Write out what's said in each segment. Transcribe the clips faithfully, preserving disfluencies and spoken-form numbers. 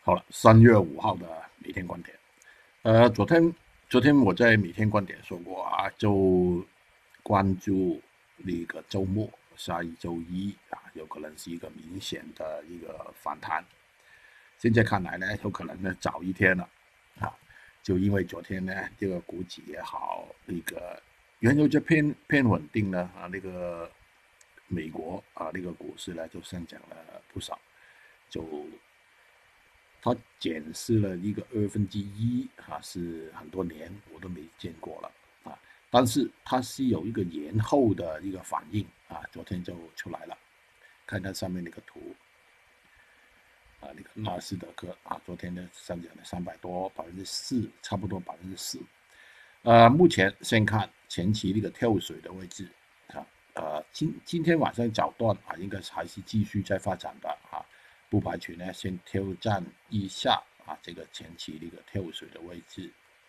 好了，三月五号的每天观点。呃，昨天昨天我在每天观点说过啊，就关注那个周末，下一周一啊，有可能是一个明显的一个反弹。现在看来呢，有可能呢早一天了啊，就因为昨天呢这个股指也好，那个原油就偏偏稳定了啊，那个美国啊那个股市呢就上涨了不少，就它减失了一个二分之一啊，是很多年我都没见过了啊。但是它是有一个延后的一个反应啊，昨天就出来了。看看上面那个图啊，那个纳斯达克啊，昨天呢上涨了三百多，百分之四，差不多百分之四。呃，目前先看前期那个跳水的位置啊，呃，今今天晚上早段啊，应该还是继续在发展的啊，不排除呢先挑战一下啊这个前期那个跳水的位置。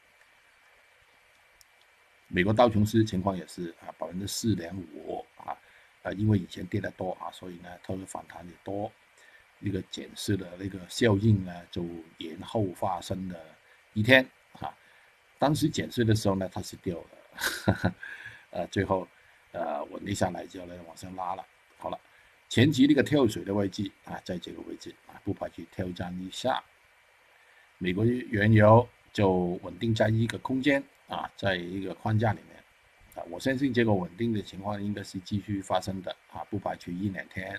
美国道琼斯情况也是啊，百分之四点五啊，呃，因为以前跌得多啊，所以呢它的反弹也多，那个减势的那个效应呢就延后发生了一天啊。当时减税的时候呢，它是掉了，呃，最后呃稳定下来之后呢，往上拉了。好了，前期那个跳水的位置啊，在这个位置啊，不排除挑战一下。美国原油就稳定在一个空间啊，在一个框架里面啊，我相信这个稳定的情况应该是继续发生的啊，不排除一两天。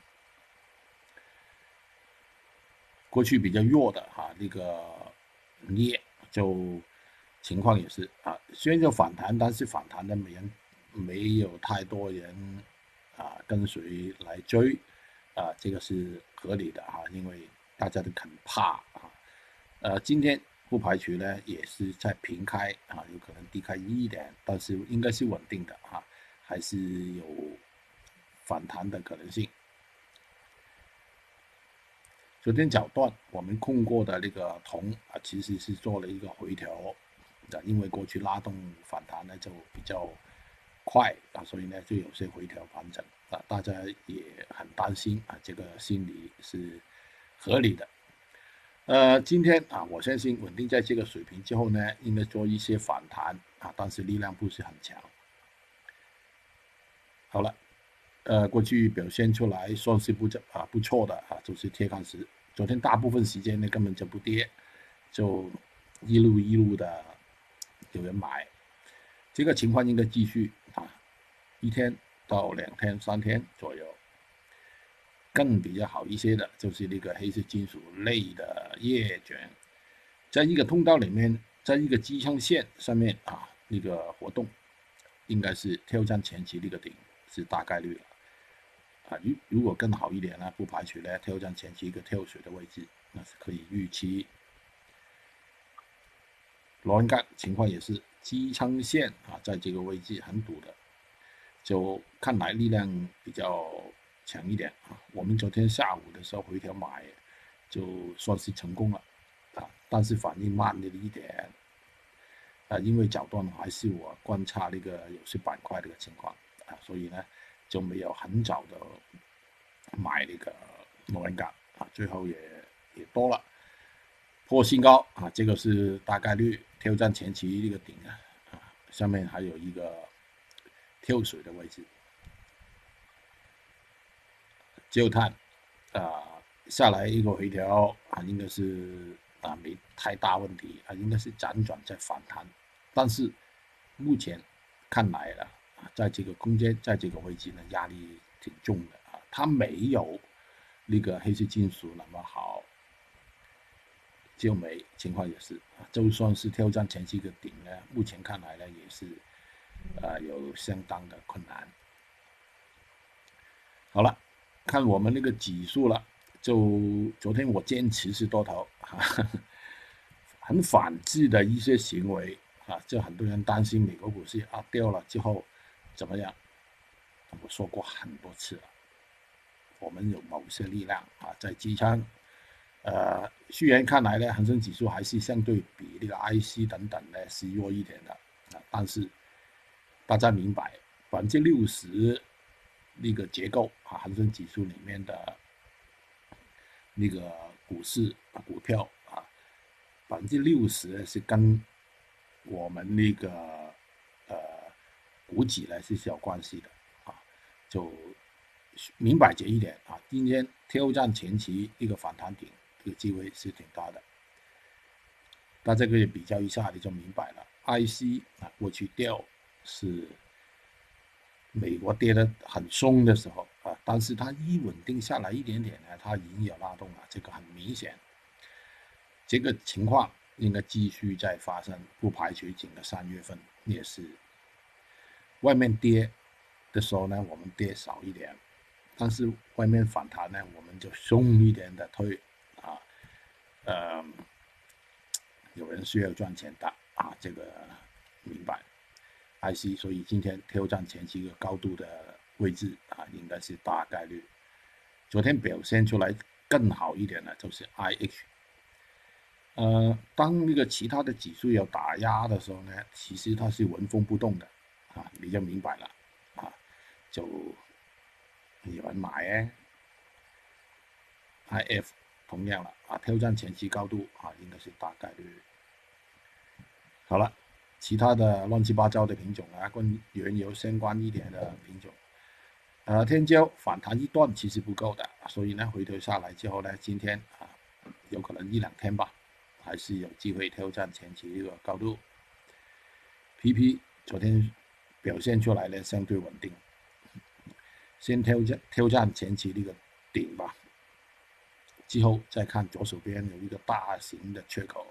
过去比较弱的哈、啊，那个镍就情况也是啊，虽然有反弹，但是反弹的没人没有太多人啊跟随来追啊，这个是合理的哈、啊，因为大家都很怕啊。呃，今天不排除呢也是在平开啊，有可能低开一点，但是应该是稳定的哈、啊，还是有反弹的可能性。昨天早段我们控过的那个铜啊，其实是做了一个回调的，因为过去拉动反弹呢就比较快啊，所以呢就有些回调盘整啊，大家也很担心啊，这个心理是合理的。呃，今天啊，我相信稳定在这个水平之后呢，应该做一些反弹啊，但是力量不是很强。好了，呃，过去表现出来算是不啊不错的啊，就是铁矿石。昨天大部分时间呢根本就不跌，就一路一路的有人买，这个情况应该继续啊，一天到两天、三天左右。更比较好一些的就是那个黑色金属类的叶卷，在一个通道里面，在一个支撑线上面啊，那个活动应该是挑战前期那个顶是大概率了。啊，如如果更好一点呢，不排除呢挑战前期一个跳水的位置，那是可以预期。螺纹钢情况也是支撑线啊，在这个位置很堵的，就看来力量比较强一点啊。我们昨天下午的时候回调买，就算是成功了啊，但是反应慢了一点啊，因为早段还是我观察那个有些板块这个情况啊，所以呢就没有很早的买那个螺纹钢啊，最后也也多了。破新高啊，这个是大概率挑战前期这个顶啊，啊，上面还有一个跳水的位置。焦炭啊下来一个回调啊，应该是啊没太大问题啊，应该是辗转在反弹，但是目前看来了啊，在这个空间，在这个位置呢，压力挺重的啊，它没有那个黑色金属那么好。就煤情况也是啊，就算是挑战前期的顶呢，目前看来呢也是呃有相当的困难。好了，看我们那个指数了，就昨天我坚持是多头，哈哈，很反智的一些行为啊，就很多人担心美国股市啊掉了之后怎么样？我说过很多次了，我们有某些力量啊在支撑。呃，虽然看来呢，恒生指数还是相对比那个 I C 等等呢是弱一点的啊，但是大家明白，百分之六十那个结构啊，恒生指数里面的那个股市啊股票啊，百分之六十是跟我们那个呃股指呢是有关系的啊，就明白这一点啊。今天挑战前期一个反弹顶，这个机会是挺大的。大家可以比较一下，你就明白了。I C 啊，过去掉是美国跌得很凶的时候啊，但是它一稳定下来一点点呢，它已经有拉动了，这个很明显。这个情况应该继续再发生，不排除整个三月份也是外面跌的时候呢，我们跌少一点，但是外面反弹呢，我们就凶一点的推啊，呃。有人需要赚钱的啊，这个明白。I C， 所以今天挑战前期一个高度的位置啊，应该是大概率。昨天表现出来更好一点的就是 I H。呃，当那个其他的指数有打压的时候呢，其实它是纹风不动的啊，你就明白了啊，就有人买哎 ，I F 同样了啊，挑战前期高度啊，应该是大概率。好了，其他的乱七八糟的品种啊，跟原油相关一点的品种，呃，天胶反弹一段其实不够的，所以呢，回头下来之后呢，今天啊，有可能一两天吧，还是有机会挑战前期一个高度。P P 昨天表现出来呢，相对稳定，先挑战挑战前期那个顶吧，之后再看左手边有一个大型的缺口。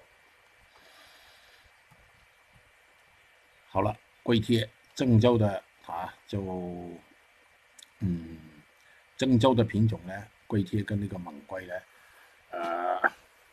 好了，硅贴郑州的啊，就嗯，郑州的品种呢，硅贴跟那个猛硅呢，呃，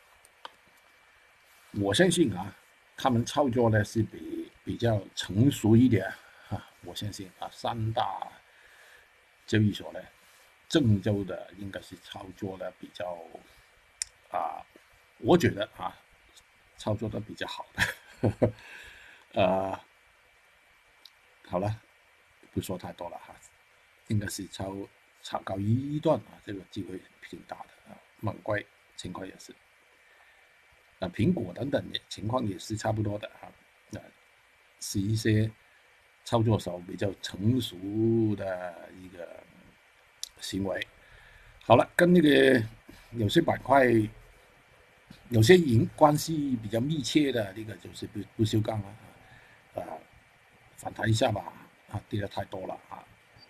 我相信啊，他们操作呢是比比较成熟一点啊，我相信啊，三大交易所呢，郑州的应该是操作的比较啊，我觉得啊，操作的比较好的，呃。好了，不说太多了哈，应该是超超高一段啊，这个机会挺大的啊。猛龟情况也是，那苹果等等情况也是差不多的啊，那是一些操作手比较成熟的一个行为。好了，跟那个有些板块有些营关系比较密切的那个就是不不锈钢了啊，啊反弹一下吧，啊跌得太多了啊。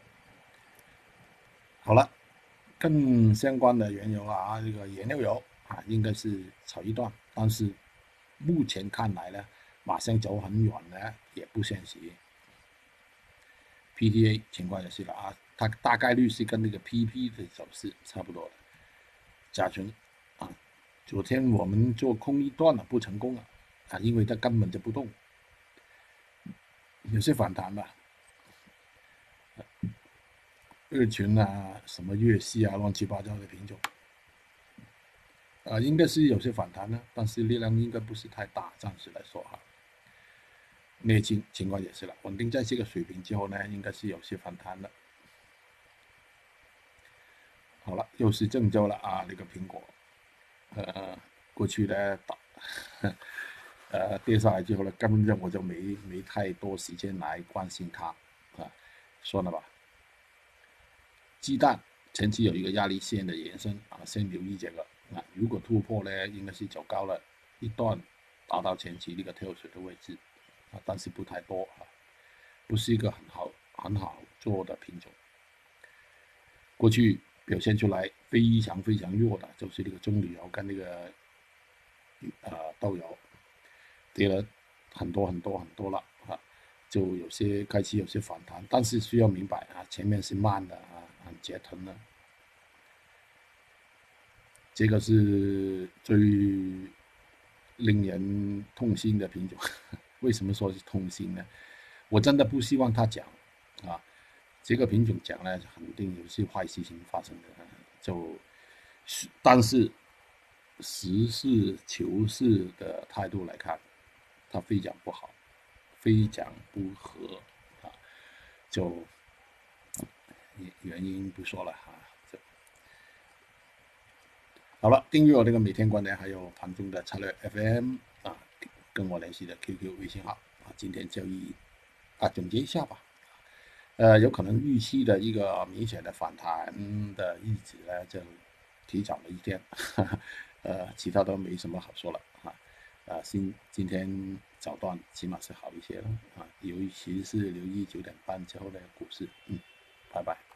好了，更相关的原油啊，这个原料油啊，应该是炒一段，但是目前看来呢，马上走很远呢，也不现实。P T A 情况也是了啊，它大概率是跟那个 P P 的走势差不多的。甲醇啊，昨天我们做空一段了，不成功了啊，因为它根本就不动，有些反弹吧。二群啊，什么粤系啊，乱七八糟的品种。啊，应该是有些反弹呢，但是力量应该不是太大，暂时来说哈。镍金情况也是了，稳定在这个水平之后呢，应该是有些反弹的。好了，又是郑州了啊，那个苹果，呃，过去呢打，呃跌下来之后呢，根本就我就没没太多时间来关心它啊，算了吧。鸡蛋前期有一个压力线的延伸啊，先留意这个啊，如果突破呢，应该是走高了一段，达到前期那个跳水的位置啊，但是不太多啊，不是一个很好很好做的品种。过去表现出来非常非常弱的，就是那个棕榈油跟那个呃豆油，跌了很多很多很多了啊，就有些开始有些反弹，但是需要明白啊，前面是慢的啊，很折腾的。这个是最令人痛心的品种。为什么说是痛心呢？我真的不希望它讲啊，这个品种讲呢，肯定有些坏事情发生的。就，但是实事求是的态度来看，它非常不好，非常不合啊。就原因不说了哈。 好了，订阅我这个每天观点，还有盘中的策略 F M 啊，跟我联系的 Q Q 微信号啊，今天交易啊总结一下吧。呃，有可能预期的一个明显的反弹的日子呢，就提早了一天，呵呵呃，其他都没什么好说了啊。呃，今今天早段起码是好一些了啊，尤其是留意九点半之后的股市，嗯，拜拜。